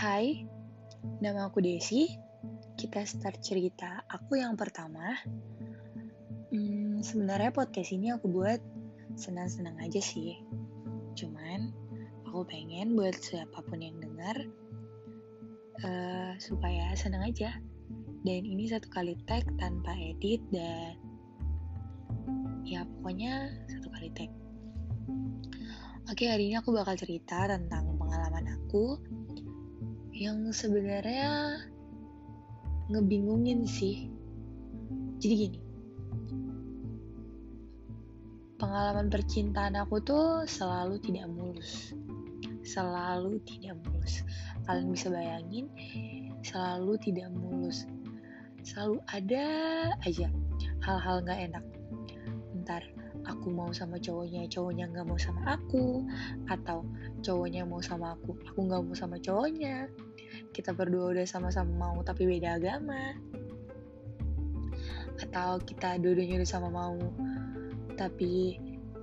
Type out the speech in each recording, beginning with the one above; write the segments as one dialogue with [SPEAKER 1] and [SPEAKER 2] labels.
[SPEAKER 1] Hai, nama aku Desi. Kita start cerita aku yang pertama. Sebenarnya podcast ini aku buat senang-senang aja sih. Cuman aku pengen buat siapapun yang dengar supaya senang aja. Dan ini satu kali tag tanpa edit dan ya pokoknya satu kali tag. Oke, hari ini aku bakal cerita tentang pengalaman aku yang sebenarnya ngebingungin sih. Jadi gini, pengalaman percintaan aku tuh selalu tidak mulus. Kalian bisa bayangin, selalu tidak mulus. Selalu ada aja hal-hal gak enak. Ntar aku mau sama cowoknya gak mau sama aku. Atau cowoknya mau sama aku gak mau sama cowoknya. Kita berdua udah sama-sama mau tapi beda agama. Atau kita dua-duanya udah sama mau tapi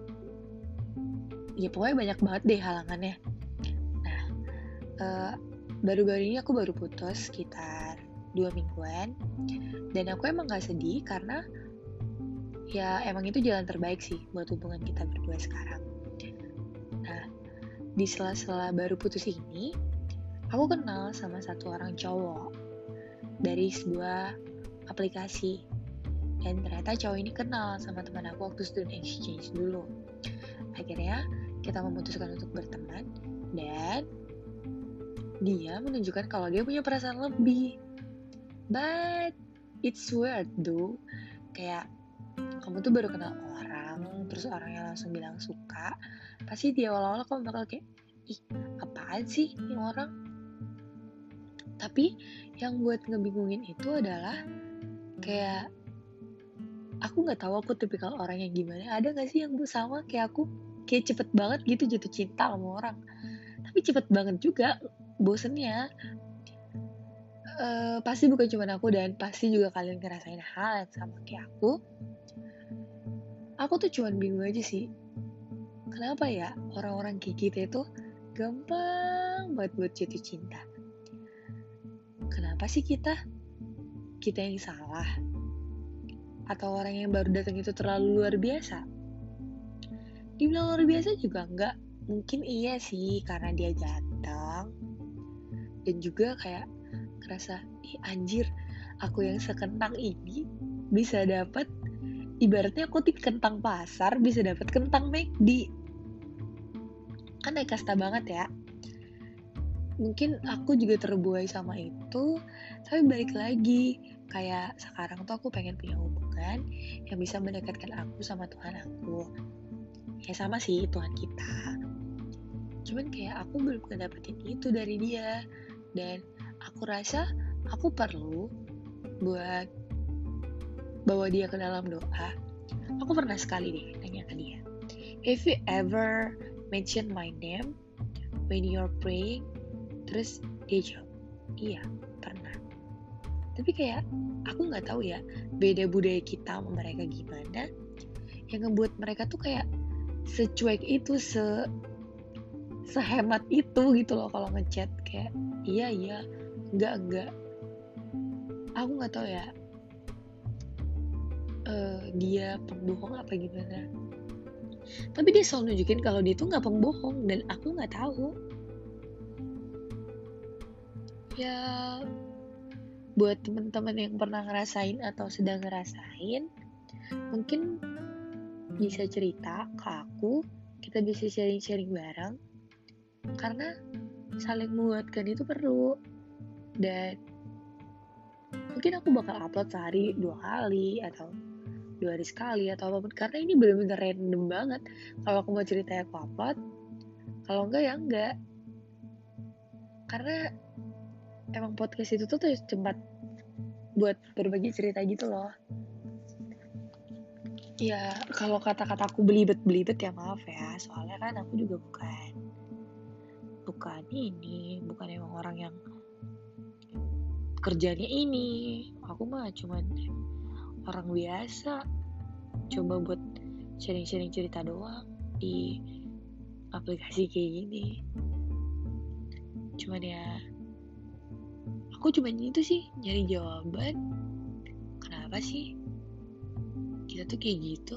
[SPEAKER 1] ya pokoknya banyak banget deh halangannya. Nah, baru-baru ini aku baru putus sekitar 2 mingguan. Dan aku emang gak sedih karena ya emang itu jalan terbaik sih buat hubungan kita berdua sekarang. Nah, di sela-sela baru putus ini, aku kenal sama satu orang cowok dari sebuah aplikasi. Dan ternyata cowok ini kenal sama teman aku waktu student exchange dulu. Akhirnya kita memutuskan untuk berteman dan dia menunjukkan kalau dia punya perasaan lebih. But it's weird though. Kayak kamu tuh baru kenal orang, terus orangnya langsung bilang suka. Pasti di awal-awal kamu bakal kayak, ih apaan sih ini orang? Tapi yang buat ngebingungin itu adalah kayak aku gak tahu aku tipikal orang yang gimana. Ada gak sih yang sama kayak aku? Kayak cepet banget gitu jatuh cinta sama orang. Tapi cepet banget juga bosennya. Pasti bukan cuma aku dan pasti juga kalian ngerasain hal yang sama kayak aku. Aku tuh cuma bingung aja sih. Kenapa ya orang-orang kayak kita itu gampang banget buat jatuh cinta? Kenapa sih kita yang salah? Atau orang yang baru datang itu terlalu luar biasa? Dibilang luar biasa juga enggak. Mungkin iya sih karena dia ganteng. Dan juga kayak ngerasa, ih anjir, aku yang sekentang ini bisa dapat, ibaratnya aku kentang pasar bisa dapat kentang McD. Kan naik kasta banget ya. Mungkin aku juga terbuai sama itu, tapi balik lagi, kayak sekarang tuh aku pengen punya hubungan yang bisa mendekatkan aku sama Tuhan aku. Ya sama sih, Tuhan kita. Cuman kayak aku belum ngedapetin itu dari dia. Dan aku rasa aku perlu buat bawa dia ke dalam doa. Aku pernah sekali deh nanya ke dia, have you ever mention my name when you're praying? Terus dia jawab, iya pernah. Tapi kayak aku gak tahu ya beda budaya kita sama mereka gimana, yang ngebuat mereka tuh kayak secuek itu, sehemat itu gitu loh kalau ngechat. Kayak iya, enggak. Aku gak tahu ya dia pembohong apa gimana. Tapi dia selalu nunjukin kalau dia tuh gak pembohong dan aku gak tahu. Ya buat teman-teman yang pernah ngerasain atau sedang ngerasain, mungkin bisa cerita ke aku, kita bisa sharing-sharing bareng. Karena saling menguatkan itu perlu. Dan mungkin aku bakal upload sehari 2 kali atau 2 hari sekali atau apapun, karena ini benar-benar random banget. Kalau aku mau cerita ya aku upload, kalau enggak ya enggak. Karena emang podcast itu tuh tempat buat berbagi cerita gitu loh. Ya kalau kata-kataku belibet ya maaf ya, soalnya kan aku juga bukan emang orang yang kerjanya ini. Aku mah cuman orang biasa, coba buat sharing-sharing cerita doang di aplikasi kayak gini. Cuman ya Aku cuma itu sih, nyari jawaban. Kenapa sih kita tuh kayak gitu?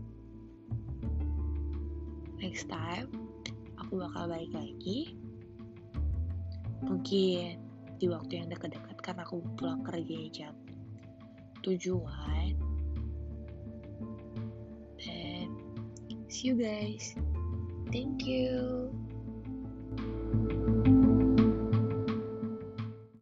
[SPEAKER 1] Next time, aku bakal balik lagi. Mungkin di waktu yang dekat-dekat karena aku pulang kerja jam 7-an. Dan see you guys. Thank you.